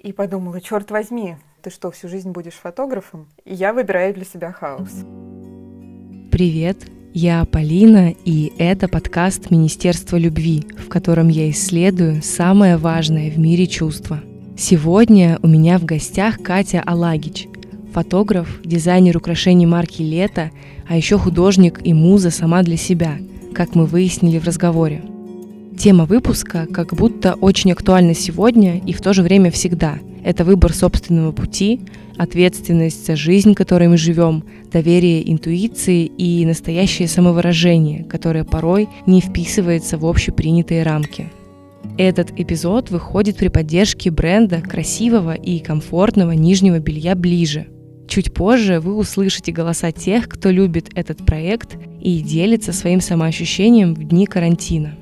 И подумала, черт возьми, ты что, всю жизнь будешь фотографом? И я выбираю для себя хаос. Привет, я Полина, и это подкаст «Министерство любви», в котором я исследую самое важное в мире чувства. Сегодня у меня в гостях Катя Алагич, фотограф, дизайнер украшений марки «Лето», а еще художник и муза сама для себя, как мы выяснили в разговоре. Тема выпуска как будто очень актуальна сегодня и в то же время всегда. Это выбор собственного пути, ответственность за жизнь, которой мы живем, доверие интуиции и настоящее самовыражение, которое порой не вписывается в общепринятые рамки. Этот эпизод выходит при поддержке бренда красивого и комфортного нижнего белья «Ближе». Чуть позже вы услышите голоса тех, кто любит этот проект и делится своим самоощущением в дни карантина.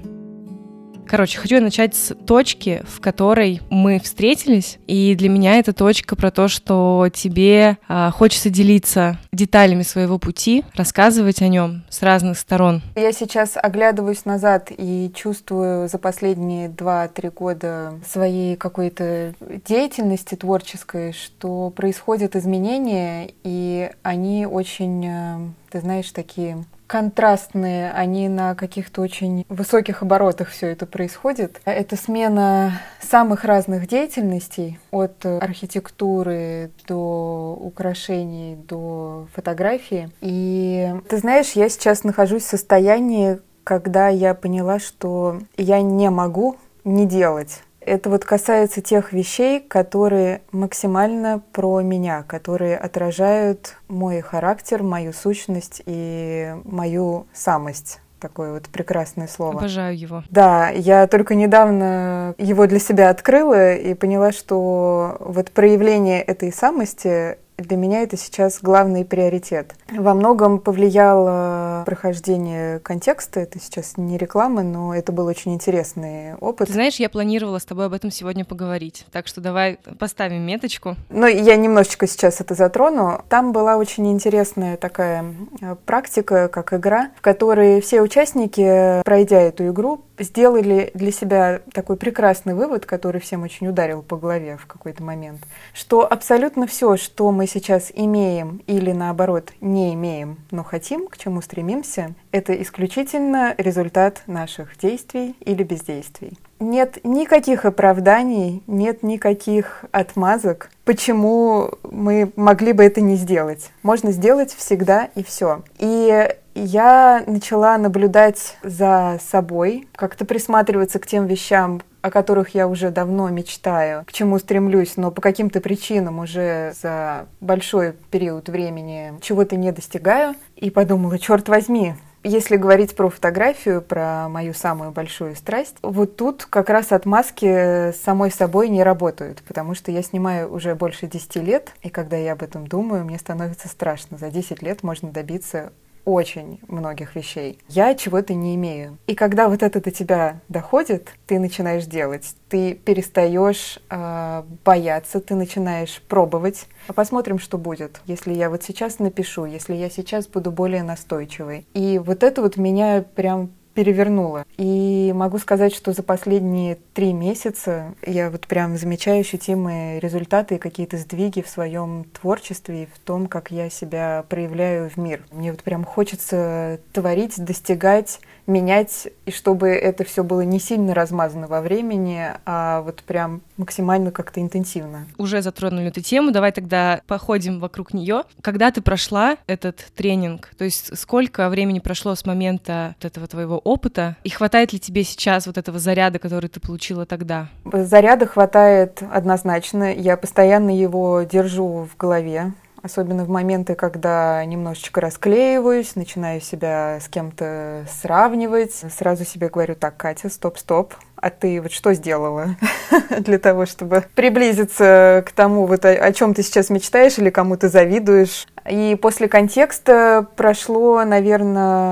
Короче, хочу начать с точки, в которой мы встретились, и для меня это точка про то, что тебе хочется делиться деталями своего пути, рассказывать о нем с разных сторон. Я сейчас оглядываюсь назад и чувствую за последние 2-3 года своей какой-то деятельности творческой, что происходят изменения, и они очень, ты знаешь, такие контрастные, они на каких-то очень высоких оборотах все это происходит. Это смена самых разных деятельностей, от архитектуры до украшений, до фотографии. И ты знаешь, я сейчас нахожусь в состоянии, когда я поняла, что я не могу не делать. Это вот касается тех вещей, которые максимально про меня, которые отражают мой характер, мою сущность и мою самость. Такое вот прекрасное слово. Обожаю его. Да, я только недавно его для себя открыла и поняла, что вот проявление этой самости для меня это сейчас главный приоритет. Во многом повлияло прохождение контекста. Это сейчас не реклама, но это был очень интересный опыт. Ты знаешь, я планировала с тобой об этом сегодня поговорить, так что давай поставим меточку. Ну, я немножечко сейчас это затрону. Там была очень интересная такая практика, как игра, в которой все участники, пройдя эту игру, сделали для себя такой прекрасный вывод, который всем очень ударил по голове в какой-то момент, что абсолютно все, что мы сейчас имеем или, наоборот, не имеем, но хотим, к чему стремимся, это исключительно результат наших действий или бездействий. Нет никаких оправданий, нет никаких отмазок, почему мы могли бы это не сделать. Можно сделать всегда и все. И я начала наблюдать за собой, как-то присматриваться к тем вещам, о которых я уже давно мечтаю, к чему стремлюсь, но по каким-то причинам уже за большой период времени чего-то не достигаю. И подумала, черт возьми, если говорить про фотографию, про мою самую большую страсть, вот тут как раз отмазки самой собой не работают, потому что я снимаю уже больше 10 лет, и когда я об этом думаю, мне становится страшно. За 10 лет можно добиться очень многих вещей. Я чего-то не имею. И когда вот это до тебя доходит, ты начинаешь делать. Ты перестаешь бояться, ты начинаешь пробовать. А посмотрим, что будет, если я вот сейчас напишу, если я сейчас буду более настойчивой. И вот это вот меня прям перевернуло. И могу сказать, что за последние 3 месяца я вот прям замечаю ощутимые результаты и какие-то сдвиги в своем творчестве и в том, как я себя проявляю в мир. Мне вот прям хочется творить, достигать, менять, и чтобы это все было не сильно размазано во времени, а вот прям максимально как-то интенсивно. Уже затронули эту тему, давай тогда походим вокруг нее. Когда ты прошла этот тренинг, то есть сколько времени прошло с момента вот этого твоего опыта, и хватает ли тебе сейчас вот этого заряда, который ты получила тогда? Заряда хватает однозначно, я постоянно его держу в голове. Особенно в моменты, когда немножечко расклеиваюсь, начинаю себя с кем-то сравнивать. Сразу себе говорю, так, Катя, стоп, а ты вот что сделала для того, чтобы приблизиться к тому, вот о чем ты сейчас мечтаешь или кому ты завидуешь? И после контекста прошло, наверное,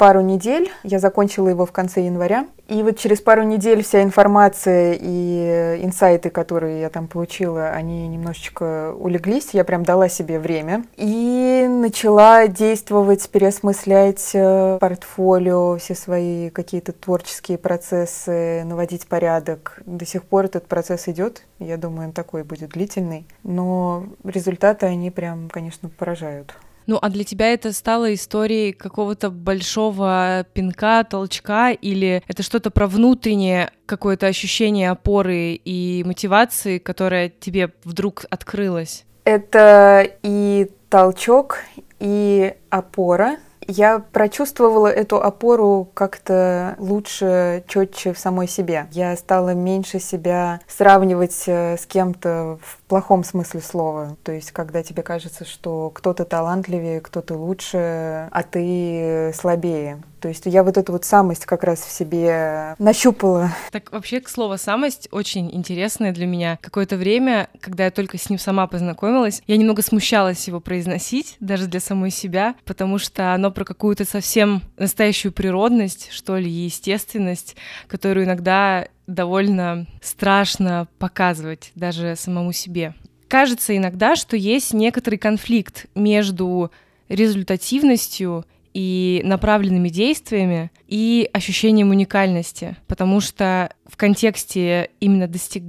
пару недель, я закончила его в конце января, и вот через пару недель вся информация и инсайты, которые я там получила, они немножечко улеглись, я прям дала себе время и начала действовать, переосмыслять портфолио, все свои какие-то творческие процессы, наводить порядок. До сих пор этот процесс идет, я думаю, он такой будет длительный, но результаты, они прям, конечно, поражают. Ну, а для тебя это стало историей какого-то большого пинка, толчка, или это что-то про внутреннее какое-то ощущение опоры и мотивации, которое тебе вдруг открылось? Это и толчок, и опора. Я прочувствовала эту опору как-то лучше, четче в самой себе. Я стала меньше себя сравнивать с кем-то в плохом смысле слова. То есть, когда тебе кажется, что кто-то талантливее, кто-то лучше, а ты слабее. То есть я вот эту вот самость как раз в себе нащупала. Так вообще, к слову, самость очень интересная для меня. Какое-то время, когда я только с ним сама познакомилась, я немного смущалась его произносить, даже для самой себя, потому что оно про какую-то совсем настоящую природность, что ли, естественность, которую иногда довольно страшно показывать даже самому себе. Кажется иногда, что есть некоторый конфликт между результативностью и направленными действиями, и ощущением уникальности, потому что в контексте именно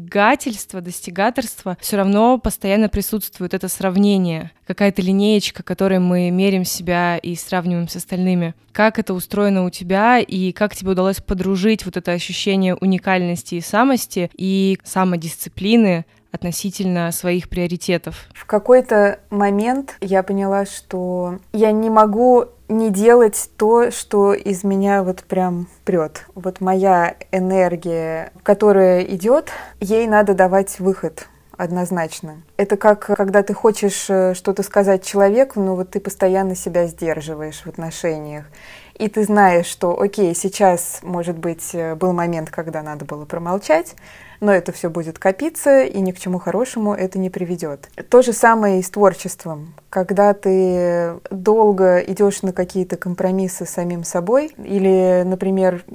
достигаторства все равно постоянно присутствует это сравнение, какая-то линеечка, которой мы меряем себя и сравниваем с остальными. Как это устроено у тебя, и как тебе удалось подружить вот это ощущение уникальности и самости, и самодисциплины относительно своих приоритетов? В какой-то момент я поняла, что я не могу не делать то, что из меня вот прям прет. Вот моя энергия, которая идет, ей надо давать выход. Однозначно. Это как когда ты хочешь что-то сказать человеку, но вот ты постоянно себя сдерживаешь в отношениях. И ты знаешь, что окей, сейчас, может быть, был момент, когда надо было промолчать, но это все будет копиться, и ни к чему хорошему это не приведет. То же самое и с творчеством. Когда ты долго идешь на какие-то компромиссы с самим собой, или, например,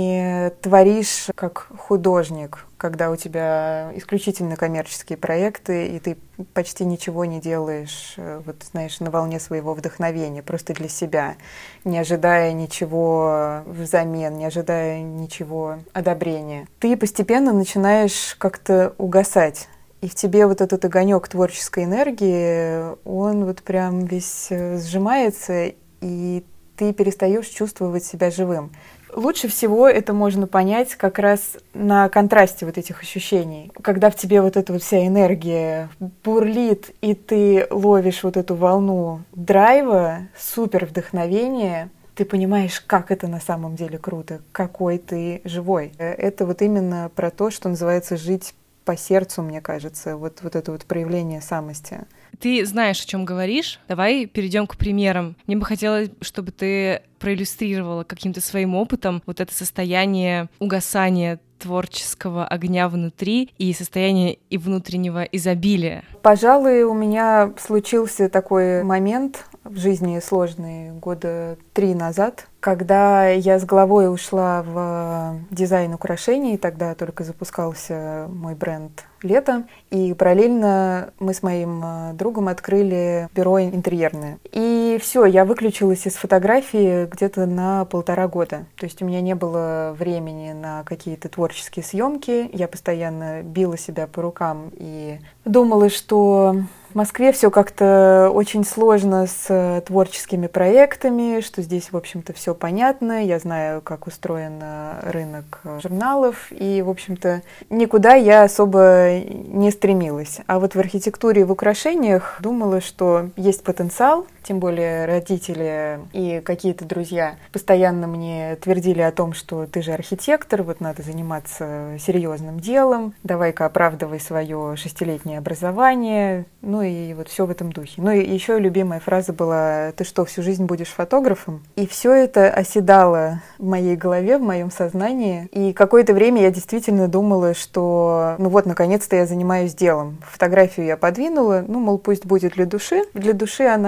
не творишь как художник, когда у тебя исключительно коммерческие проекты, и ты почти ничего не делаешь, вот, знаешь, на волне своего вдохновения, просто для себя, не ожидая ничего взамен, не ожидая ничего одобрения. Ты постепенно начинаешь как-то угасать. И в тебе вот этот огонек творческой энергии, он вот прям весь сжимается, и ты перестаешь чувствовать себя живым. Лучше всего это можно понять как раз на контрасте вот этих ощущений. Когда в тебе вот эта вот вся энергия бурлит, и ты ловишь вот эту волну драйва, супер вдохновения, ты понимаешь, как это на самом деле круто, какой ты живой. Это вот именно про то, что называется жить по сердцу, мне кажется, вот это вот проявление самости. Ты знаешь, о чем говоришь. Давай перейдем к примерам. Мне бы хотелось, чтобы ты проиллюстрировала каким-то своим опытом вот это состояние угасания творческого огня внутри и состояние и внутреннего изобилия. Пожалуй, у меня случился такой момент в жизни сложный 3 года назад, когда я с головой ушла в дизайн украшений, тогда только запускался мой бренд «Лето», и параллельно мы с моим другом открыли бюро интерьерное. И все, я выключилась из фотографии где-то на 1,5 года. То есть у меня не было времени на какие-то творческие съемки, я постоянно била себя по рукам и думала, что в Москве все как-то очень сложно с творческими проектами, что здесь, в общем-то, все понятно. Я знаю, как устроен рынок журналов, и, в общем-то, никуда я особо не стремилась. А вот в архитектуре и в украшениях думала, что есть потенциал, тем более родители и какие-то друзья постоянно мне твердили о том, что ты же архитектор, вот надо заниматься серьезным делом, давай-ка оправдывай свое 6-летнее образование, ну и вот все в этом духе. Ну и еще любимая фраза была: ты что, всю жизнь будешь фотографом? И все это оседало в моей голове, в моем сознании, и какое-то время я действительно думала, что ну вот, наконец-то я занимаюсь делом. Фотографию я подвинула, ну, мол, пусть будет для души. Для души она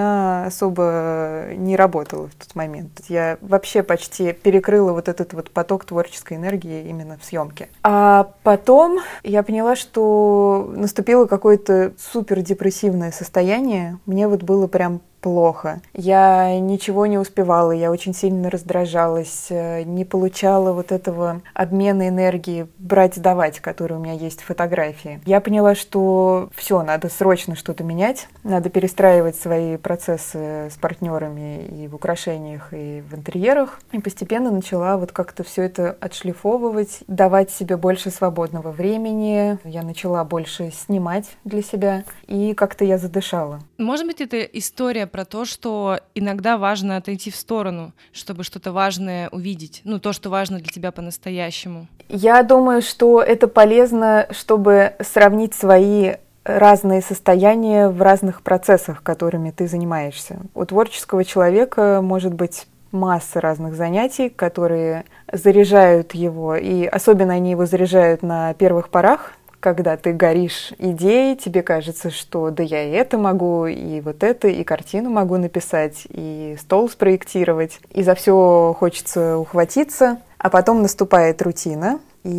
особо не работала в тот момент. Я вообще почти перекрыла вот этот вот поток творческой энергии именно в съемке. А потом я поняла, что наступило какое-то супердепрессивное состояние. Мне вот было прям плохо. Я ничего не успевала, я очень сильно раздражалась, не получала вот этого обмена энергии, брать-давать, который у меня есть в фотографии. Я поняла, что все, надо срочно что-то менять, надо перестраивать свои процессы с партнерами и в украшениях, и в интерьерах. И постепенно начала вот как-то все это отшлифовывать, давать себе больше свободного времени. Я начала больше снимать для себя, и как-то я задышала. Может быть, это история про то, что иногда важно отойти в сторону, чтобы что-то важное увидеть, то, что важно для тебя по-настоящему. Я думаю, что это полезно, чтобы сравнить свои разные состояния в разных процессах, которыми ты занимаешься. У творческого человека может быть масса разных занятий, которые заряжают его, и особенно они его заряжают на первых порах, когда ты горишь идеей, тебе кажется, что да я и это могу, и вот это, и картину могу написать, и стол спроектировать, и за все хочется ухватиться, а потом наступает рутина,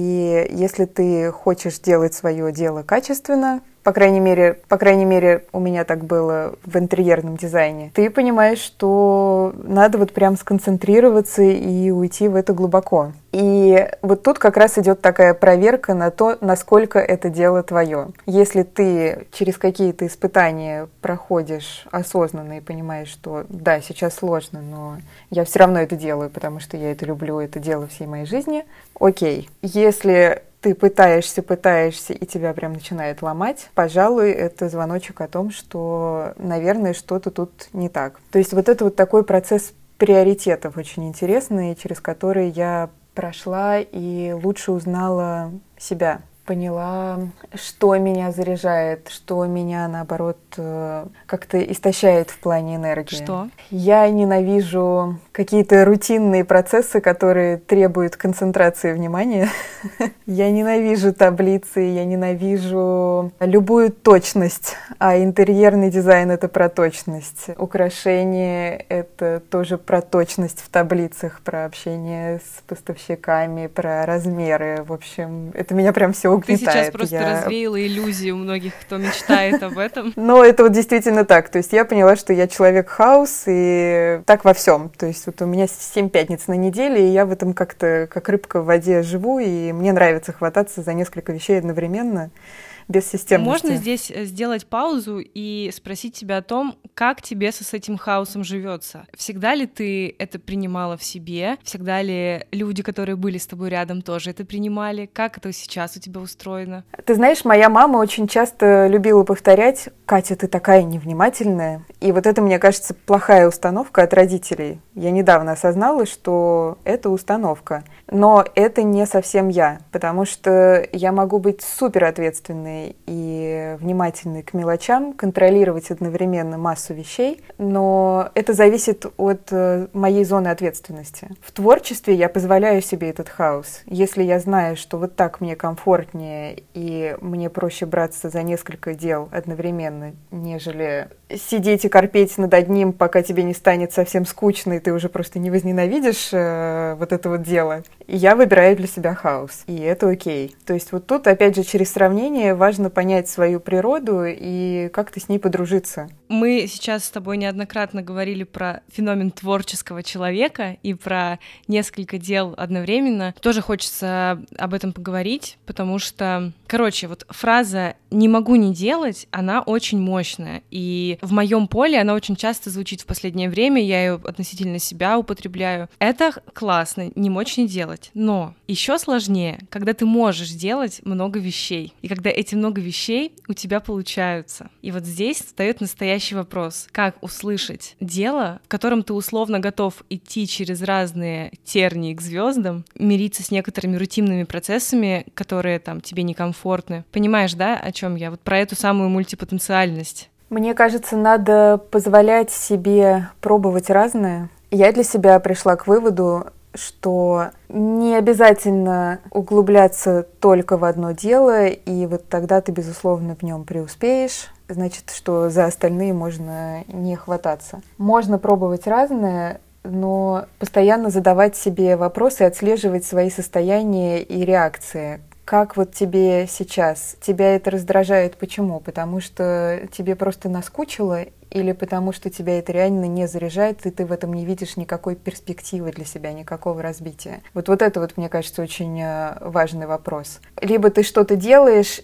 и если ты хочешь делать свое дело качественно, по крайней мере, у меня так было в интерьерном дизайне, ты понимаешь, что надо вот прям сконцентрироваться и уйти в это глубоко. И вот тут как раз идет такая проверка на то, насколько это дело твое. Если ты через какие-то испытания проходишь осознанно и понимаешь, что да, сейчас сложно, но я все равно это делаю, потому что я это люблю, это дело всей моей жизни, окей. Если ты пытаешься, и тебя прям начинает ломать, пожалуй, это звоночек о том, что, наверное, что-то тут не так. То есть вот это вот такой процесс приоритетов очень интересный, через который я прошла и лучше узнала себя. Поняла, что меня заряжает, что меня, наоборот, как-то истощает в плане энергии. Что? Я ненавижу какие-то рутинные процессы, которые требуют концентрации внимания. Я ненавижу таблицы, я ненавижу любую точность, а интерьерный дизайн — это про точность. Украшения — это тоже про точность в таблицах, про общение с поставщиками, про размеры. В общем, это меня прям все угнетает. Ты сейчас просто развеяла иллюзии у многих, кто мечтает об этом. Но это вот действительно так. То есть я поняла, что я человек-хаус, и так во всем. То есть вот у меня 7 пятниц на неделе, и я в этом как-то как рыбка в воде живу, и мне нравится хвататься за несколько вещей одновременно, без системности. Можно здесь сделать паузу и спросить тебя о том, как тебе с этим хаосом живется. Всегда ли ты это принимала в себе? Всегда ли люди, которые были с тобой рядом, тоже это принимали? Как это сейчас у тебя устроено? Ты знаешь, моя мама очень часто любила повторять: «Катя, ты такая невнимательная». И вот это, мне кажется, плохая установка от родителей. Я недавно осознала, что это установка. Но это не совсем я, потому что я могу быть суперответственной и внимательной к мелочам, контролировать одновременно массу вещей, но это зависит от моей зоны ответственности. В творчестве я позволяю себе этот хаос. Если я знаю, что вот так мне комфортнее и мне проще браться за несколько дел одновременно, нежели сидеть и корпеть над одним, пока тебе не станет совсем скучно, и ты уже просто не возненавидишь вот это вот дело, я выбираю для себя хаос, и это окей. То есть вот тут, опять же, через сравнение важно понять свою природу и как-то с ней подружиться. Мы сейчас с тобой неоднократно говорили про феномен творческого человека и про несколько дел одновременно. Тоже хочется об этом поговорить, потому что, вот фраза «не могу не делать», она очень мощная, и в моем поле она очень часто звучит в последнее время, я ее относительно себя употребляю. Это классно, не мочь не делать, но еще сложнее, когда ты можешь делать много вещей, и когда эти много вещей у тебя получаются. И вот здесь встает настоящий вопрос: как услышать дело, в котором ты условно готов идти через разные тернии к звездам, мириться с некоторыми рутинными процессами, которые там тебе некомфортны. Понимаешь, да, о чем я? Вот про эту самую мультипотенциальность. Мне кажется, надо позволять себе пробовать разное. Я для себя пришла к выводу, что не обязательно углубляться только в одно дело, и вот тогда ты, безусловно, в нем преуспеешь. Значит, что за остальные можно не хвататься. Можно пробовать разное, но постоянно задавать себе вопросы и отслеживать свои состояния и реакции. Как вот тебе сейчас? Тебя это раздражает? Почему? Потому что тебе просто наскучило или потому что тебя это реально не заряжает, и ты в этом не видишь никакой перспективы для себя, никакого развития? Вот это вот, мне кажется, очень важный вопрос. Либо ты что-то делаешь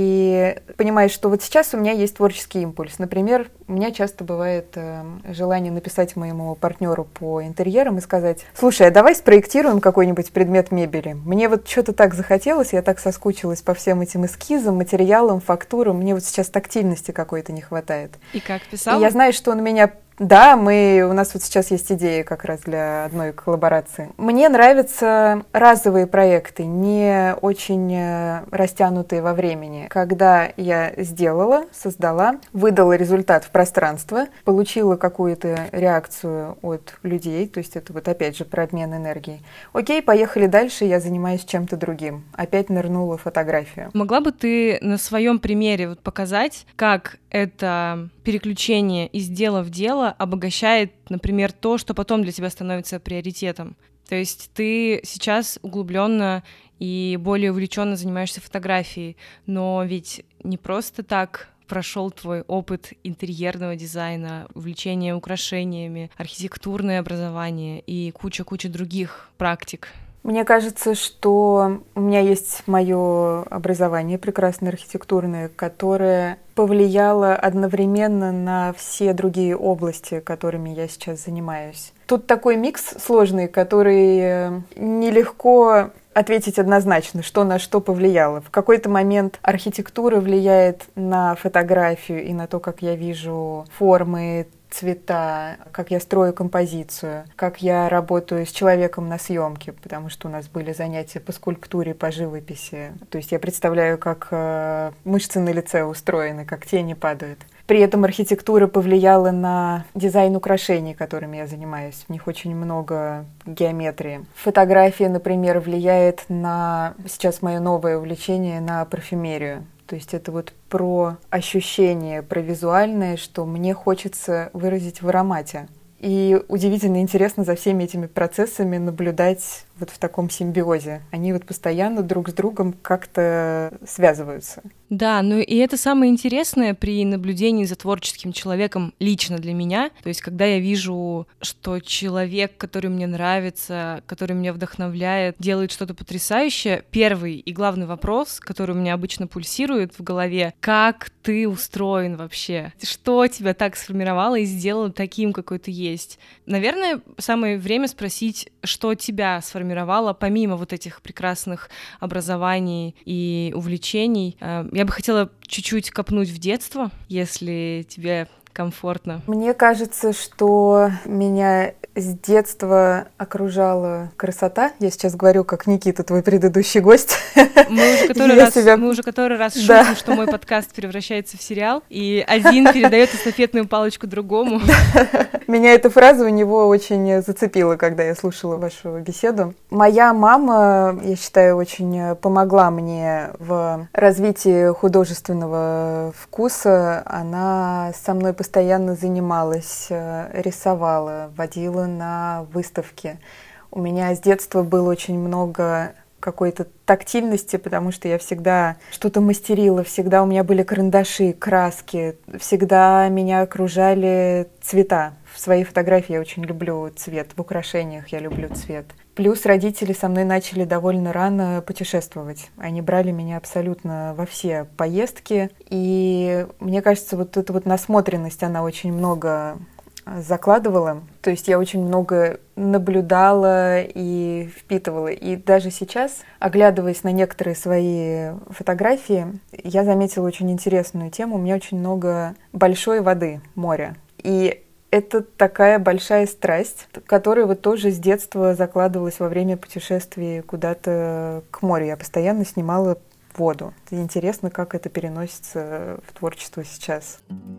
и понимаешь, что вот сейчас у меня есть творческий импульс. Например, у меня часто бывает желание написать моему партнеру по интерьерам и сказать: слушай, а давай спроектируем какой-нибудь предмет мебели. Мне вот что-то так захотелось, я так соскучилась по всем этим эскизам, материалам, фактурам. Мне вот сейчас тактильности какой-то не хватает. И как писал? И я знаю, что он меня... Да, у нас вот сейчас есть идеи как раз для одной коллаборации. Мне нравятся разовые проекты, не очень растянутые во времени. Когда я создала, выдала результат в пространство, получила какую-то реакцию от людей, то есть это вот опять же про обмен энергией. Окей, поехали дальше, я занимаюсь чем-то другим. Опять нырнула в фотографию. Могла бы ты на своем примере вот показать, как это переключение из дела в дело обогащает, например, то, что потом для тебя становится приоритетом? То есть ты сейчас углубленно и более увлеченно занимаешься фотографией, но ведь не просто так прошел твой опыт интерьерного дизайна, увлечение украшениями, архитектурное образование и куча-куча других практик. Мне кажется, что у меня есть мое образование прекрасное архитектурное, которое повлияло одновременно на все другие области, которыми я сейчас занимаюсь. Тут такой микс сложный, который нелегко ответить однозначно, что на что повлияло. В какой-то момент архитектура влияет на фотографию и на то, как я вижу формы, цвета, как я строю композицию, как я работаю с человеком на съемке, потому что у нас были занятия по скульптуре, по живописи. То есть я представляю, как мышцы на лице устроены, как тени падают. При этом архитектура повлияла на дизайн украшений, которыми я занимаюсь. В них очень много геометрии. Фотография, например, влияет на, сейчас мое новое увлечение, на парфюмерию. То есть это вот про ощущение, про визуальное, что мне хочется выразить в аромате. И удивительно интересно за всеми этими процессами наблюдать вот в таком симбиозе. Они вот постоянно друг с другом как-то связываются. Да, ну и это самое интересное при наблюдении за творческим человеком лично для меня. То есть когда я вижу, что человек, который мне нравится, который меня вдохновляет, делает что-то потрясающее, первый и главный вопрос, который у меня обычно пульсирует в голове: как ты устроен вообще? Что тебя так сформировало и сделало таким, какой ты есть? Наверное, самое время спросить, что тебя сформировало помимо вот этих прекрасных образований и увлечений. Я бы хотела чуть-чуть копнуть в детство, если тебе комфортно. Мне кажется, что меня с детства окружала красота. Я сейчас говорю, как Никита, твой предыдущий гость. Мы уже который раз шутим, что мой подкаст превращается в сериал, и один передает эстафетную палочку другому. Меня эта фраза у него очень зацепила, когда я слушала вашу беседу. Моя мама, я считаю, очень помогла мне в развитии художественного вкуса. Она со мной постоянно занималась, рисовала, водила на выставки. У меня с детства было очень много какой-то тактильности, потому что я всегда что-то мастерила, всегда у меня были карандаши, краски, всегда меня окружали цвета. В своей фотографии я очень люблю цвет, в украшениях я люблю цвет. Плюс родители со мной начали довольно рано путешествовать. Они брали меня абсолютно во все поездки. И мне кажется, вот эта вот насмотренность, она очень много закладывала. То есть я очень много наблюдала и впитывала. И даже сейчас, оглядываясь на некоторые свои фотографии, я заметила очень интересную тему. У меня очень много большой воды, моря. И это такая большая страсть, которая вот тоже с детства закладывалась во время путешествий куда-то к морю. Я постоянно снимала воду. Интересно, как это переносится в творчество сейчас.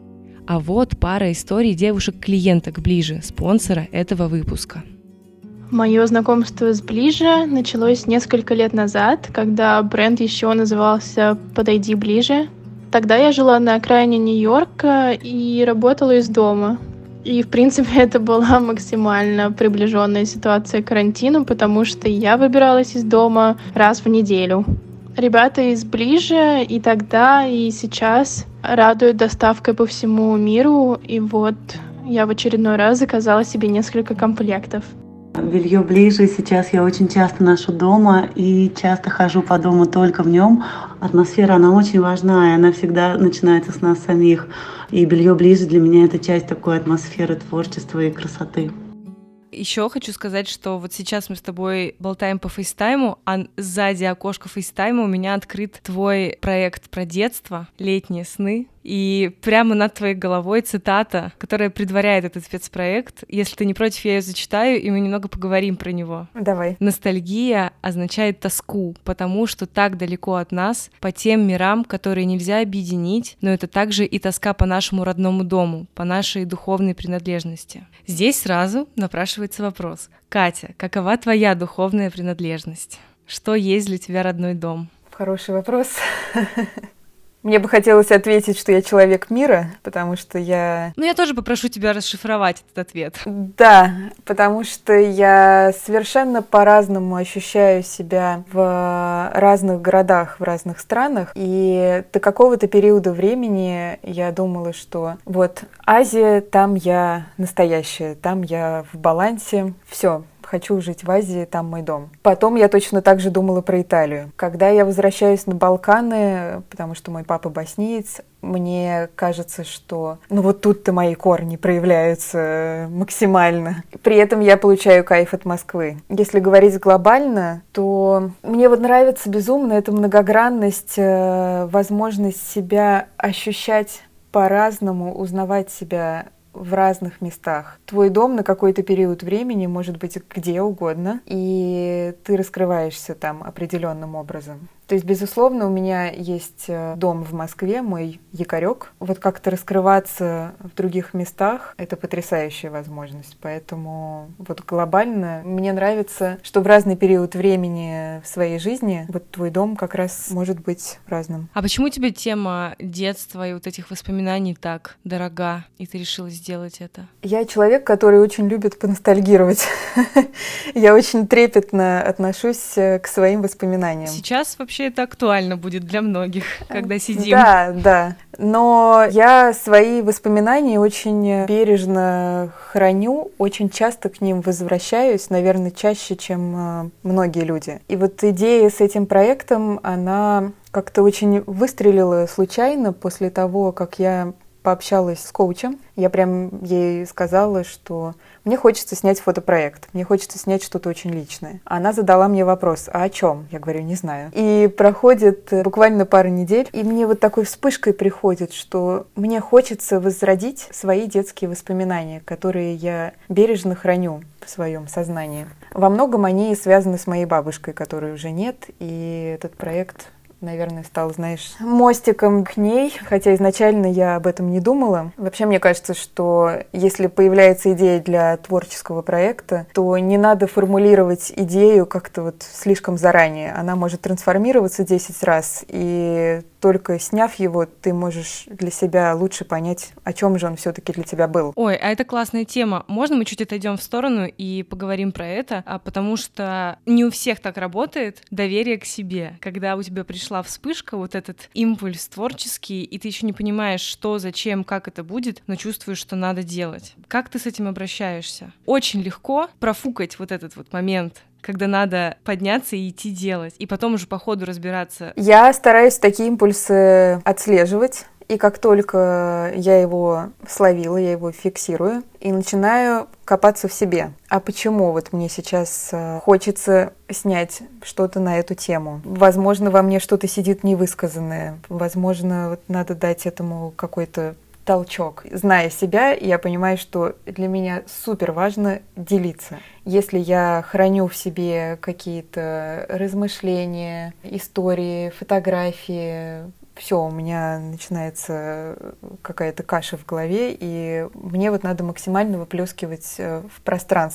А вот пара историй девушек-клиенток ближе, спонсора этого выпуска. Мое знакомство с Ближе началось несколько лет назад, когда бренд еще назывался «Подойди ближе». Тогда я жила на окраине Нью-Йорка и работала из дома. И, в принципе, это была максимально приближенная ситуация к карантину, потому что я выбиралась из дома раз в неделю. Ребята из Ближе и тогда, и сейчас радуют доставкой по всему миру. И вот я в очередной раз заказала себе несколько комплектов. Белье Ближе сейчас я очень часто ношу дома и часто хожу по дому только в нем. Атмосфера, она очень важна, и она всегда начинается с нас самих. И белье Ближе для меня это часть такой атмосферы творчества и красоты. Еще хочу сказать, что вот сейчас мы с тобой болтаем по фейстайму, а сзади окошка фейстайма у меня открыт твой проект про детство, летние сны. И прямо над твоей головой цитата, которая предваряет этот спецпроект. Если ты не против, я ее зачитаю, и мы немного поговорим про него. Давай. Ностальгия означает тоску, потому что так далеко от нас, по тем мирам, которые нельзя объединить, но это также и тоска по нашему родному дому, по нашей духовной принадлежности. Здесь сразу напрашивается вопрос. Катя, какова твоя духовная принадлежность? Что есть для тебя родной дом? Хороший вопрос. Мне бы хотелось ответить, что я человек мира, потому что я... Ну, я тоже попрошу тебя расшифровать этот ответ. Да, потому что я совершенно по-разному ощущаю себя в разных городах, в разных странах. И до какого-то периода времени я думала, что вот Азия, там я настоящая, там я в балансе, все. Хочу жить в Азии, там мой дом. Потом я точно так же думала про Италию. Когда я возвращаюсь на Балканы, потому что мой папа боснеец, мне кажется, что ну вот тут-то мои корни проявляются максимально. При этом я получаю кайф от Москвы. Если говорить глобально, то мне вот нравится безумно эта многогранность, возможность себя ощущать по-разному, узнавать себя в разных местах. Твой дом на какой-то период времени может быть где угодно, и ты раскрываешься там определенным образом. То есть, безусловно, у меня есть дом в Москве, мой якорек. Вот как-то раскрываться в других местах — это потрясающая возможность. Поэтому вот глобально мне нравится, что в разный период времени в своей жизни вот твой дом как раз может быть разным. А почему тебе тема детства и вот этих воспоминаний так дорога, и ты решила сделать это? Я человек, который очень любит поностальгировать. Я очень трепетно отношусь к своим воспоминаниям. Сейчас вообще это актуально будет для многих, когда сидим. Да. Но я свои воспоминания очень бережно храню, очень часто к ним возвращаюсь, наверное, чаще, чем многие люди. И вот идея с этим проектом, она как-то очень выстрелила случайно после того, как я пообщалась с коучем. Я прям ей сказала, что мне хочется снять фотопроект, мне хочется снять что-то очень личное. Она задала мне вопрос, а о чем? Я говорю, не знаю. И проходит буквально пару недель, и мне вот такой вспышкой приходит, что мне хочется возродить свои детские воспоминания, которые я бережно храню в своем сознании. Во многом они связаны с моей бабушкой, которой уже нет, и этот проект, наверное, стал, знаешь, мостиком к ней, хотя изначально я об этом не думала. Вообще, мне кажется, что если появляется идея для творческого проекта, то не надо формулировать идею как-то вот слишком заранее. Она может трансформироваться 10 раз, и только сняв его, ты можешь для себя лучше понять, о чем же он все-таки для тебя был. Ой, а это классная тема. Можно мы чуть отойдем в сторону и поговорим про это? Потому что не у всех так работает доверие к себе. Когда у тебя пришла вспышка, вот этот импульс творческий, и ты еще не понимаешь, что, зачем, как это будет, но чувствуешь, что надо делать. Как ты с этим обращаешься? Очень легко профукать вот этот вот момент, когда надо подняться и идти делать, и потом уже по ходу разбираться. Я стараюсь такие импульсы отслеживать, и как только я его словила, я его фиксирую, и начинаю копаться в себе. А почему вот мне сейчас хочется снять что-то на эту тему? Возможно, во мне что-то сидит невысказанное, возможно, вот надо дать этому какой-то толчок. Зная себя, я понимаю, что для меня супер важно делиться. Если я храню в себе какие-то размышления, истории, фотографии, все, у меня начинается какая-то каша в голове, и мне вот надо максимально выплескивать в пространство.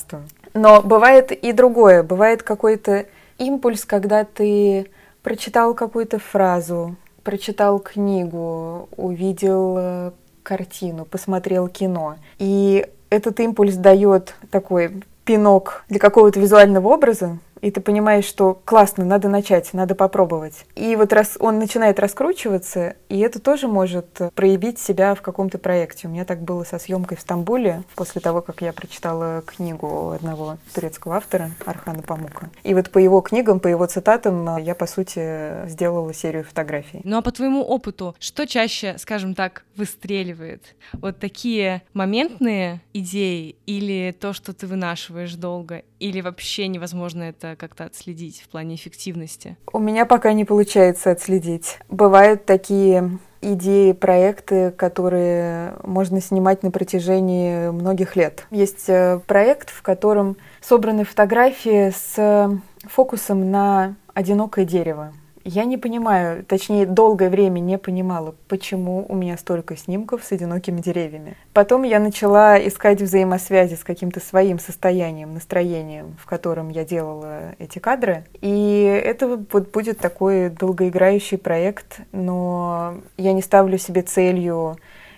Но бывает и другое. Бывает какой-то импульс, когда ты прочитал какую-то фразу, прочитал книгу, увидел картину, посмотрел кино. И этот импульс дает такой пинок для какого-то визуального образа, и ты понимаешь, что классно, надо начать, надо попробовать. И вот раз он начинает раскручиваться, и это тоже может проявить себя в каком-то проекте. У меня так было со съемкой в Стамбуле, после того, как я прочитала книгу одного турецкого автора, Орхана Памука. И вот по его книгам, по его цитатам я, по сути, сделала серию фотографий. Ну а по твоему опыту, что чаще, скажем так, выстреливает? Вот такие моментные идеи или то, что ты вынашиваешь долго, или вообще невозможно это как-то отследить в плане эффективности? У меня пока не получается отследить. Бывают такие идеи, проекты, которые можно снимать на протяжении многих лет. Есть проект, в котором собраны фотографии с фокусом на одинокое дерево. Я не понимаю, точнее, долгое время не понимала, почему у меня столько снимков с одинокими деревьями. Потом я начала искать взаимосвязи с каким-то своим состоянием, настроением, в котором я делала эти кадры. И это вот будет такой долгоиграющий проект, но я не ставлю себе целью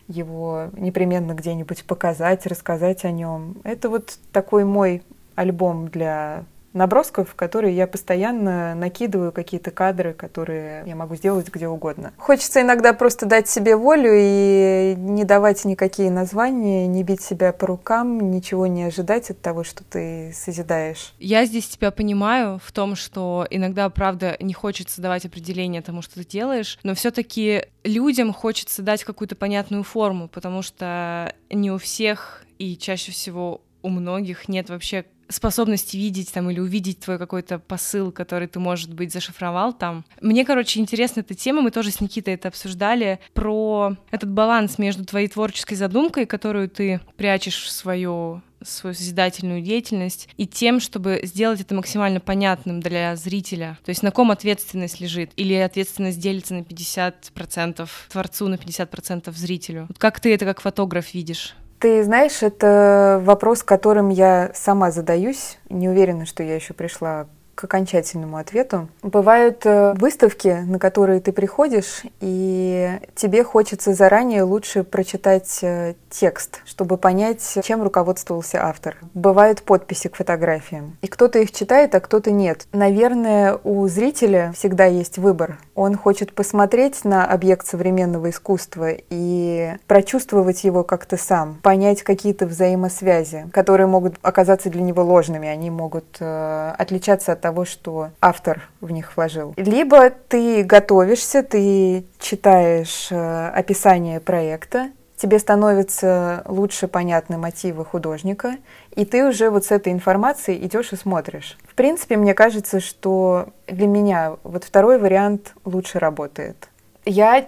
его непременно где-нибудь показать, рассказать о нем. Это вот такой мой альбом для набросков, в которые я постоянно накидываю какие-то кадры, которые я могу сделать где угодно. Хочется иногда просто дать себе волю и не давать никакие названия, не бить себя по рукам, ничего не ожидать от того, что ты созидаешь. Я здесь тебя понимаю в том, что иногда, правда, не хочется давать определение тому, что ты делаешь, но все-таки людям хочется дать какую-то понятную форму, потому что не у всех и чаще всего у многих нет вообще способности видеть там или увидеть твой какой-то посыл, который ты, может быть, зашифровал там. Мне, интересна эта тема, мы тоже с Никитой это обсуждали, про этот баланс между твоей творческой задумкой, которую ты прячешь в свою созидательную деятельность, и тем, чтобы сделать это максимально понятным для зрителя. То есть на ком ответственность лежит? Или ответственность делится на 50% творцу, на 50% зрителю? Вот как ты это как фотограф видишь? Ты знаешь, это вопрос, которым я сама задаюсь. Не уверена, что я еще пришла к окончательному ответу. Бывают выставки, на которые ты приходишь, и тебе хочется заранее лучше прочитать текст, чтобы понять, чем руководствовался автор. Бывают подписи к фотографиям, и кто-то их читает, а кто-то нет. Наверное, у зрителя всегда есть выбор. Он хочет посмотреть на объект современного искусства и прочувствовать его как-то сам, понять какие-то взаимосвязи, которые могут оказаться для него ложными, они могут отличаться от того, что автор в них вложил. Либо ты готовишься, ты читаешь описание проекта, тебе становятся лучше понятны мотивы художника, и ты уже вот с этой информацией идешь и смотришь. В принципе, мне кажется, что для меня вот второй вариант лучше работает. Я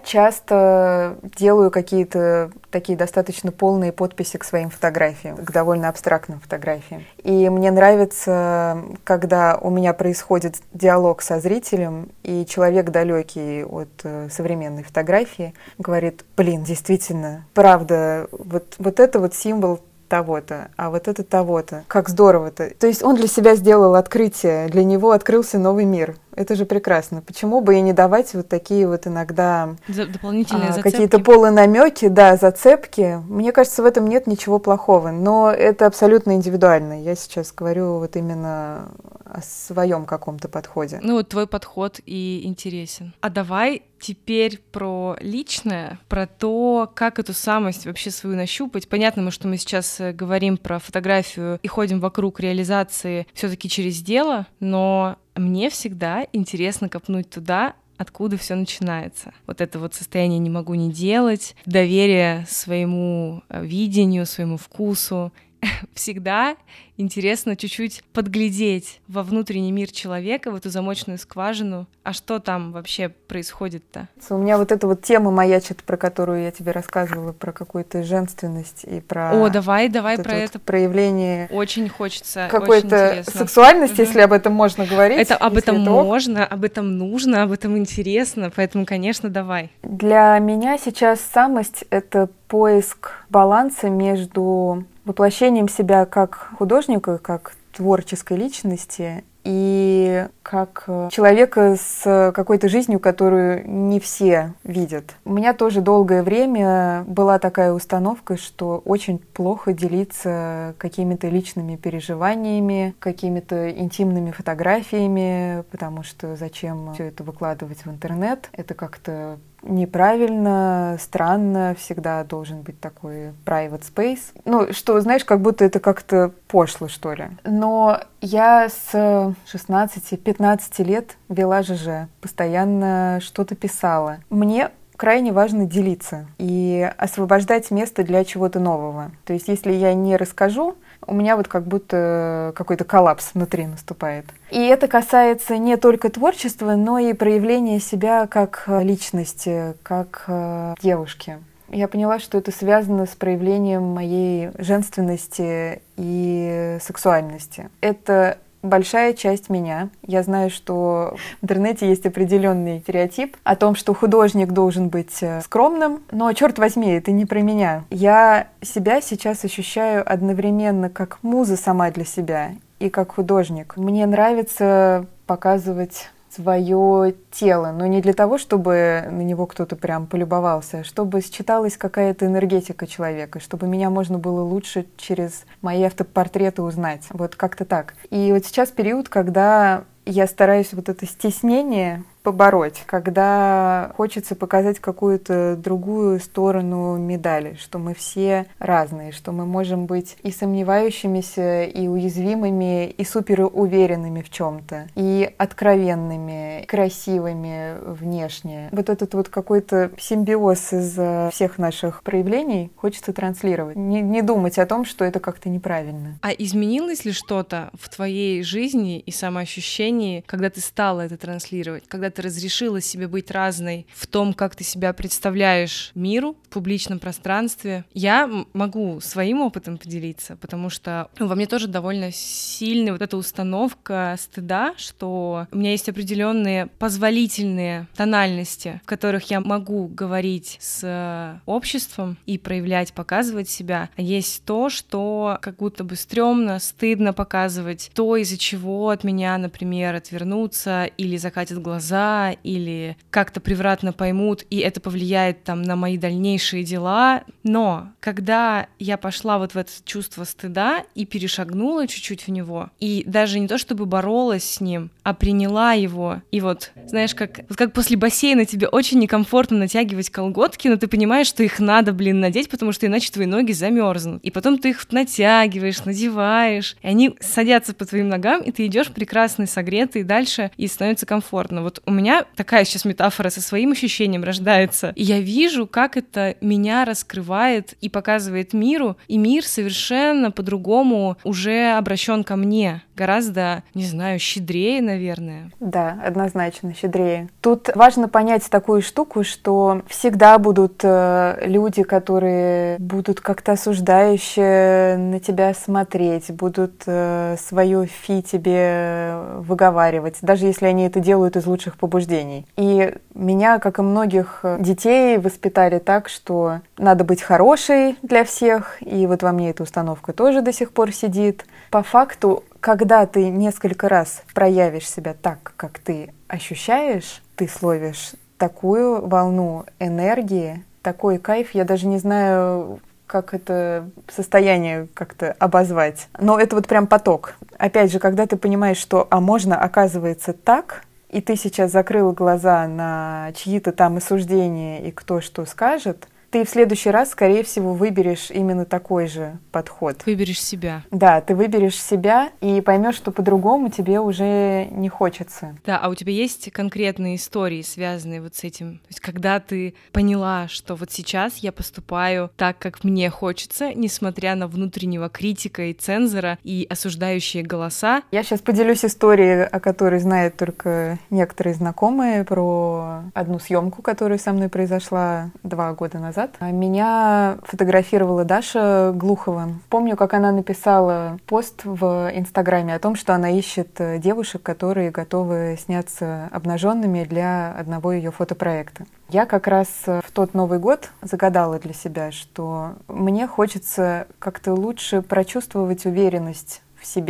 часто делаю какие-то такие достаточно полные подписи к своим фотографиям, к довольно абстрактным фотографиям. И мне нравится, когда у меня происходит диалог со зрителем, и человек, далекий от современной фотографии, говорит: блин, действительно, правда, вот это вот символ того-то, а вот это того-то. Как здорово-то. То есть он для себя сделал открытие, для него открылся новый мир. Это же прекрасно. Почему бы и не давать вот такие вот иногда дополнительные зацепки, какие-то полунамеки, да, зацепки. Мне кажется, в этом нет ничего плохого, но это абсолютно индивидуально. Я сейчас говорю вот именно о своем каком-то подходе. Ну вот твой подход и интересен. А давай теперь про личное, про то, как эту самость вообще свою нащупать. Понятно, что мы сейчас говорим про фотографию и ходим вокруг реализации все-таки через дело, но мне всегда интересно копнуть туда, откуда все начинается. Вот это вот состояние «не могу не делать», доверие своему видению, своему вкусу. Всегда интересно чуть-чуть подглядеть во внутренний мир человека, в эту замочную скважину. А что там вообще происходит-то? У меня вот эта вот тема маячит, про которую я тебе рассказывала, про какую-то женственность и про... О, давай вот про это. Проявление... Очень хочется, какой-то очень сексуальности, если об этом можно говорить. Об этом можно, об этом нужно, об этом интересно, поэтому, конечно, давай. Для меня сейчас самость — это поиск баланса между воплощением себя как художника, как творческой личности и как человека с какой-то жизнью, которую не все видят. У меня тоже долгое время была такая установка, что очень плохо делиться какими-то личными переживаниями, какими-то интимными фотографиями, потому что зачем все это выкладывать в интернет? Это как-то неправильно, странно, всегда должен быть такой private space. Ну, что, знаешь, как будто это как-то пошло, что ли. Но я с 16-15 лет вела ЖЖ, постоянно что-то писала. Мне крайне важно делиться и освобождать место для чего-то нового. То есть, если я не расскажу, у меня вот как будто какой-то коллапс внутри наступает. И это касается не только творчества, но и проявления себя как личности, как девушки. Я поняла, что это связано с проявлением моей женственности и сексуальности. Это большая часть меня. Я знаю, что в интернете есть определенный стереотип о том, что художник должен быть скромным, но, черт возьми, это не про меня. Я себя сейчас ощущаю одновременно как муза сама для себя и как художник. Мне нравится показывать свое тело, но не для того, чтобы на него кто-то прям полюбовался, а чтобы считалась какая-то энергетика человека, чтобы меня можно было лучше через мои автопортреты узнать. Вот как-то так. И вот сейчас период, когда я стараюсь вот это стеснение побороть, когда хочется показать какую-то другую сторону медали, что мы все разные, что мы можем быть и сомневающимися, и уязвимыми, и суперуверенными в чем-то, и откровенными, красивыми внешне. Вот этот вот какой-то симбиоз из всех наших проявлений хочется транслировать. Не думать о том, что это как-то неправильно. А изменилось ли что-то в твоей жизни и самоощущении, когда ты стала это транслировать, когда ты разрешила себе быть разной в том, как ты себя представляешь миру в публичном пространстве? Я могу своим опытом поделиться, потому что во мне тоже довольно сильная вот эта установка стыда, что у меня есть определенные позволительные тональности, в которых я могу говорить с обществом и проявлять, показывать себя, а есть то, что как будто бы стрёмно, стыдно показывать, то, из-за чего от меня, например, отвернутся или закатят глаза, или как-то превратно поймут, и это повлияет там на мои дальнейшие дела. Но когда я пошла вот в это чувство стыда и перешагнула чуть-чуть в него, и даже не то чтобы боролась с ним, а приняла его, и вот, знаешь, как после бассейна тебе очень некомфортно натягивать колготки, но ты понимаешь, что их надо, надеть, потому что иначе твои ноги замерзнут. И потом ты их натягиваешь, надеваешь, и они садятся по твоим ногам, и ты идешь прекрасный, согретый дальше, и становится комфортно. Вот у меня такая сейчас метафора со своим ощущением рождается. И я вижу, как это меня раскрывает и показывает миру, и мир совершенно по-другому уже обращен ко мне. Гораздо, не знаю, щедрее, наверное. Да, однозначно, щедрее. Тут важно понять такую штуку, что всегда будут люди, которые будут как-то осуждающе на тебя смотреть, будут свое фи тебе выговаривать, даже если они это делают из лучших побуждений. И меня, как и многих детей, воспитали так, что надо быть хорошей для всех, и вот во мне эта установка тоже до сих пор сидит. По факту, когда ты несколько раз проявишь себя так, как ты ощущаешь, ты словишь такую волну энергии, такой кайф, я даже не знаю, как это состояние как-то обозвать. Но это вот прям поток. Опять же, когда ты понимаешь, что можно, оказывается, так, и ты сейчас закрыла глаза на чьи-то там осуждения и кто что скажет, ты в следующий раз, скорее всего, выберешь именно такой же подход. Выберешь себя. Да, ты выберешь себя и поймешь, что по-другому тебе уже не хочется. Да, а у тебя есть конкретные истории, связанные вот с этим? То есть когда ты поняла, что вот сейчас я поступаю так, как мне хочется, несмотря на внутреннего критика и цензора и осуждающие голоса? Я сейчас поделюсь историей, о которой знают только некоторые знакомые, про одну съемку, которая со мной произошла 2 года назад. Меня фотографировала Даша Глухова. Помню, как она написала пост в Инстаграме о том, что она ищет девушек, которые готовы сняться обнаженными для одного ее фотопроекта. Я как раз в тот Новый год загадала для себя, что мне хочется как-то лучше прочувствовать уверенность в себе.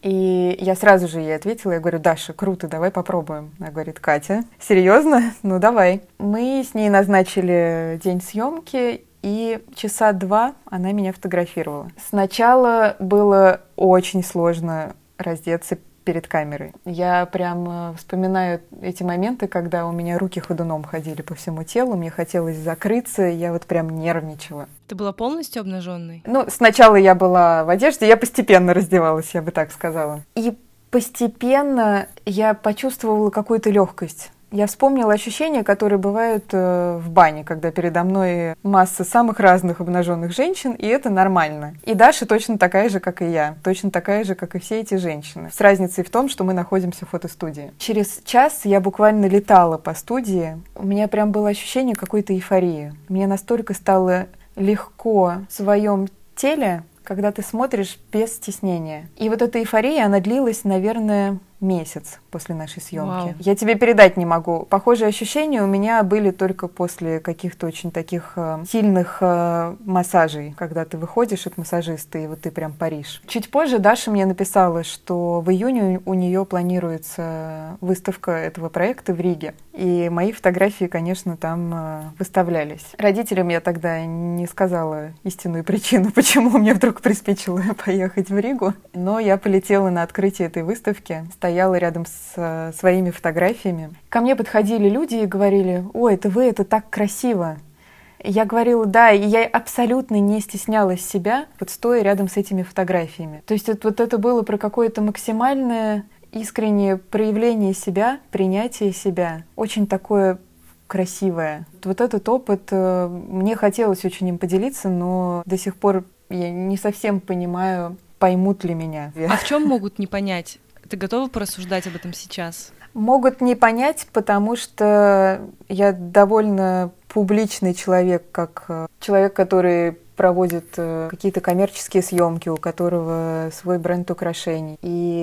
И я сразу же ей ответила, я говорю: Даша, круто, давай попробуем. Она говорит: Катя, серьезно? Ну давай. Мы с ней назначили день съемки, и часа 2 она меня фотографировала. Сначала было очень сложно раздеться перед камерой. Я прям вспоминаю эти моменты, когда у меня руки ходуном ходили по всему телу, мне хотелось закрыться, я вот прям нервничала. Ты была полностью обнаженной? Ну, сначала я была в одежде, я постепенно раздевалась, я бы так сказала. И постепенно я почувствовала какую-то легкость. Я вспомнила ощущения, которые бывают в бане, когда передо мной масса самых разных обнаженных женщин, и это нормально. И Даша точно такая же, как и я, точно такая же, как и все эти женщины. С разницей в том, что мы находимся в фотостудии. Через час я буквально летала по студии. У меня прям было ощущение какой-то эйфории. Мне настолько стало легко в своем теле, когда ты смотришь без стеснения. И вот эта эйфория, она длилась, наверное, месяц после нашей съемки. Вау. Я тебе передать не могу. Похожие ощущения у меня были только после каких-то очень таких сильных массажей, когда ты выходишь от массажиста, и вот ты прям паришь. Чуть позже Даша мне написала, что в июне у нее планируется выставка этого проекта в Риге. И мои фотографии, конечно, там выставлялись. Родителям я тогда не сказала истинную причину, почему мне вдруг приспичило поехать в Ригу. Но я полетела на открытие этой выставки, стояла рядом с своими фотографиями. Ко мне подходили люди и говорили: «Ой, это так красиво». Я говорила: да, и я абсолютно не стеснялась себя, вот стоя рядом с этими фотографиями. То есть это было про какое-то максимальное искреннее проявление себя, принятие себя. Очень такое красивое. Вот этот опыт мне хотелось очень им поделиться, но до сих пор я не совсем понимаю, поймут ли меня. А в чем могут не понять? Ты готова порассуждать об этом сейчас? Могут не понять, потому что я довольно публичный человек, как человек, который проводит какие-то коммерческие съемки, у которого свой бренд украшений.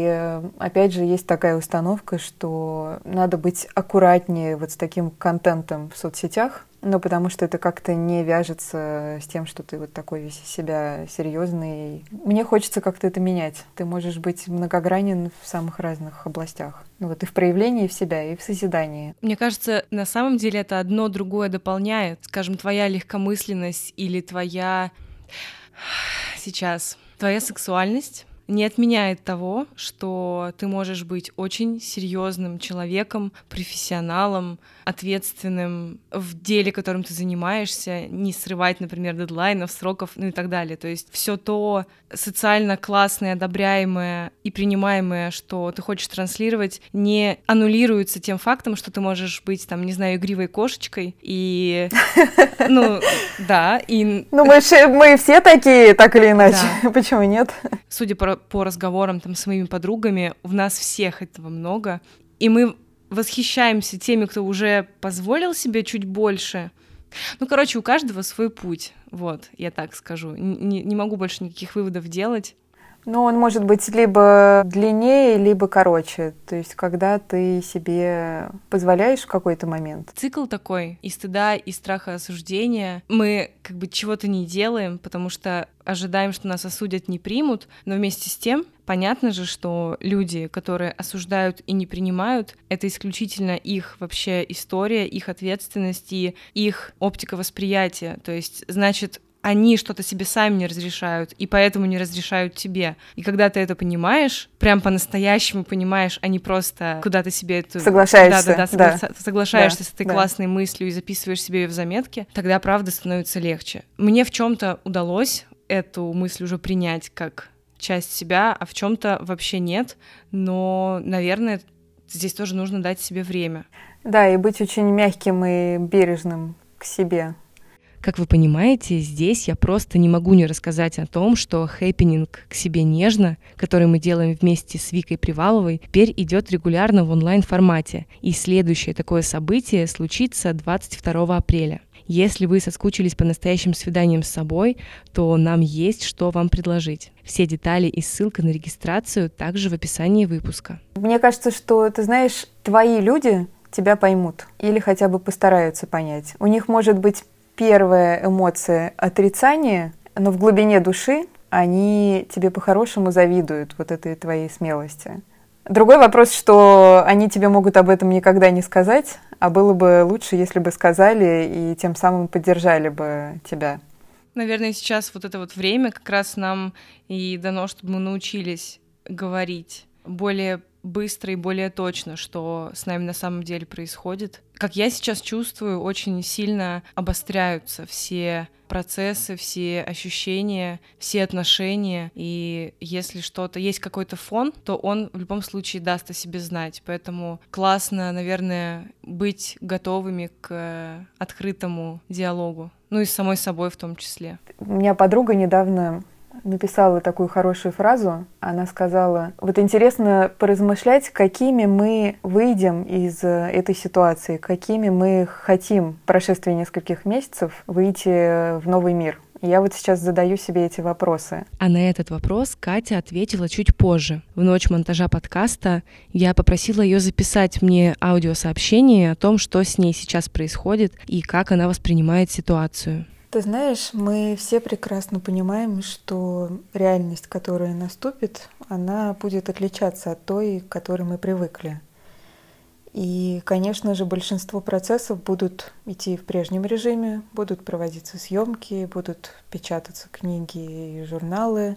И опять же есть такая установка, что надо быть аккуратнее вот с таким контентом в соцсетях, ну, потому что это как-то не вяжется с тем, что ты вот такой весь из себя серьезный. Мне хочется как-то это менять. Ты можешь быть многогранен в самых разных областях. Ну, вот и в проявлении в себя, и в созидании. Мне кажется, на самом деле это одно другое дополняет. Скажем, твоя легкомысленность или твоя сексуальность не отменяет того, что ты можешь быть очень серьезным человеком, профессионалом, ответственным в деле, которым ты занимаешься, не срывать, например, дедлайнов, сроков, ну и так далее. То есть все то социально классное, одобряемое и принимаемое, что ты хочешь транслировать, не аннулируется тем фактом, что ты можешь быть, там, не знаю, игривой кошечкой и... Ну, да, и... Ну, мы все такие, так или иначе. Почему нет? Судя по разговорам там с моими подругами, в нас всех этого много, и мы восхищаемся теми, кто уже позволил себе чуть больше. Ну, короче, у каждого свой путь, вот, я так скажу. Не могу больше никаких выводов делать. Ну, он может быть либо длиннее, либо короче. То есть, когда ты себе позволяешь в какой-то момент. Цикл такой, и стыда, и страха осуждения. Мы как бы чего-то не делаем, потому что ожидаем, что нас осудят, не примут, но вместе с тем понятно же, что люди, которые осуждают и не принимают, это исключительно их вообще история, их ответственность и их оптика восприятия. То есть, значит, они что-то себе сами не разрешают, и поэтому не разрешают тебе. И когда ты это понимаешь, прям по-настоящему понимаешь, а не просто куда-то себе эту... Соглашаешься. Соглашаешься с этой классной мыслью и записываешь себе ее в заметке, тогда правда становится легче. Мне в чем-то удалось эту мысль уже принять как часть себя, а в чем-то вообще нет, но, наверное, здесь тоже нужно дать себе время. Да, и быть очень мягким и бережным к себе. Как вы понимаете, здесь я просто не могу не рассказать о том, что хэппининг «К себе нежно», который мы делаем вместе с Викой Приваловой, теперь идет регулярно в онлайн-формате, и следующее такое событие случится 22 апреля. Если вы соскучились по настоящим свиданиям с собой, то нам есть что вам предложить. Все детали и ссылка на регистрацию также в описании выпуска. Мне кажется, что, ты знаешь, твои люди тебя поймут или хотя бы постараются понять. У них может быть первая эмоция отрицания, но в глубине души они тебе по-хорошему завидуют вот этой твоей смелости. Другой вопрос, что они тебе могут об этом никогда не сказать, а было бы лучше, если бы сказали и тем самым поддержали бы тебя. Наверное, сейчас вот это вот время как раз нам и дано, чтобы мы научились говорить более быстро и более точно, что с нами на самом деле происходит. Как я сейчас чувствую, очень сильно обостряются все процессы, все ощущения, все отношения. И если что-то есть какой-то фон, то он в любом случае даст о себе знать. Поэтому классно, наверное, быть готовыми к открытому диалогу. Ну и с самой собой в том числе. У меня подруга недавно написала такую хорошую фразу. Она сказала: вот интересно поразмышлять, какими мы выйдем из этой ситуации, какими мы хотим в прошествии нескольких месяцев выйти в новый мир. И я вот сейчас задаю себе эти вопросы. А на этот вопрос Катя ответила чуть позже. В ночь монтажа подкаста я попросила ее записать мне аудиосообщение о том, что с ней сейчас происходит и как она воспринимает ситуацию. Ты знаешь, мы все прекрасно понимаем, что реальность, которая наступит, она будет отличаться от той, к которой мы привыкли. И, конечно же, большинство процессов будут идти в прежнем режиме, будут проводиться съемки, будут печататься книги и журналы,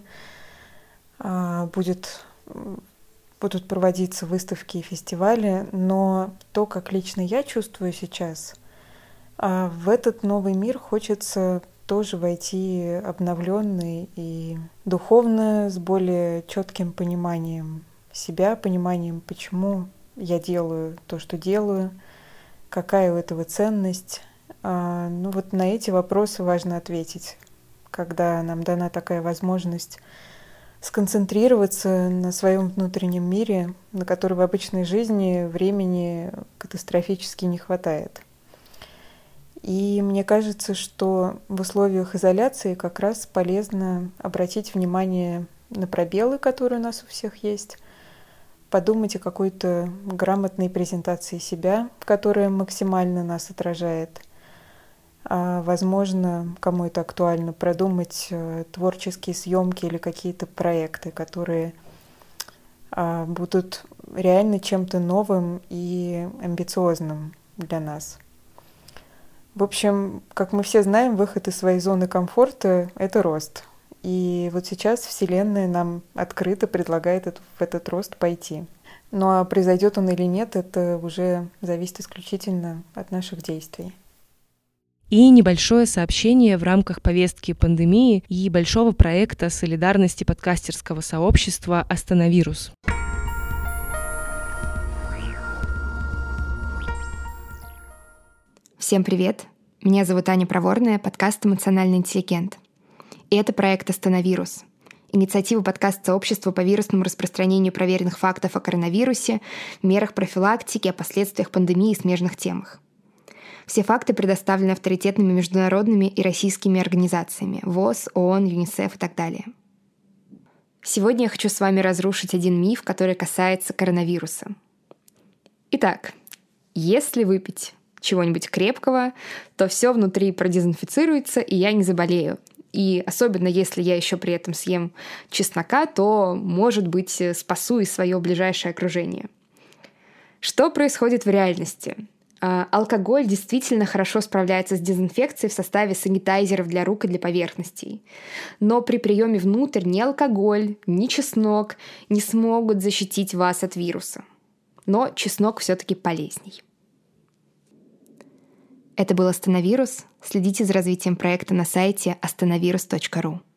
будут проводиться выставки и фестивали, но то, как лично я чувствую сейчас, в этот новый мир хочется тоже войти обновленный и духовно, с более четким пониманием себя, пониманием, почему я делаю то, что делаю, какая у этого ценность. Ну вот на эти вопросы важно ответить, когда нам дана такая возможность сконцентрироваться на своем внутреннем мире, на который в обычной жизни времени катастрофически не хватает. И мне кажется, что в условиях изоляции как раз полезно обратить внимание на пробелы, которые у нас у всех есть, подумать о какой-то грамотной презентации себя, которая максимально нас отражает. Возможно, кому это актуально, продумать творческие съемки или какие-то проекты, которые будут реально чем-то новым и амбициозным для нас. В общем, как мы все знаем, выход из своей зоны комфорта — это рост. И вот сейчас Вселенная нам открыто предлагает в этот рост пойти. Ну а произойдет он или нет, это уже зависит исключительно от наших действий. И небольшое сообщение в рамках повестки пандемии и большого проекта солидарности подкастерского сообщества «Остановирус». Всем привет! Меня зовут Аня Проворная, подкаст «Эмоциональный интеллигент». И это проект «Остановирус». Инициатива подкаст-сообщества по вирусному распространению проверенных фактов о коронавирусе, мерах профилактики, о последствиях пандемии и смежных темах. Все факты предоставлены авторитетными международными и российскими организациями ВОЗ, ООН, ЮНИСЕФ и так далее. Сегодня я хочу с вами разрушить один миф, который касается коронавируса. Итак, если выпить чего-нибудь крепкого, то все внутри продезинфицируется, и я не заболею. И особенно если я еще при этом съем чеснока, то, может быть, спасу и свое ближайшее окружение. Что происходит в реальности? Алкоголь действительно хорошо справляется с дезинфекцией в составе санитайзеров для рук и для поверхностей. Но при приеме внутрь ни алкоголь, ни чеснок не смогут защитить вас от вируса. Но чеснок все-таки полезней. Это был «Остановирус». Следите за развитием проекта на сайте остановирус.ру.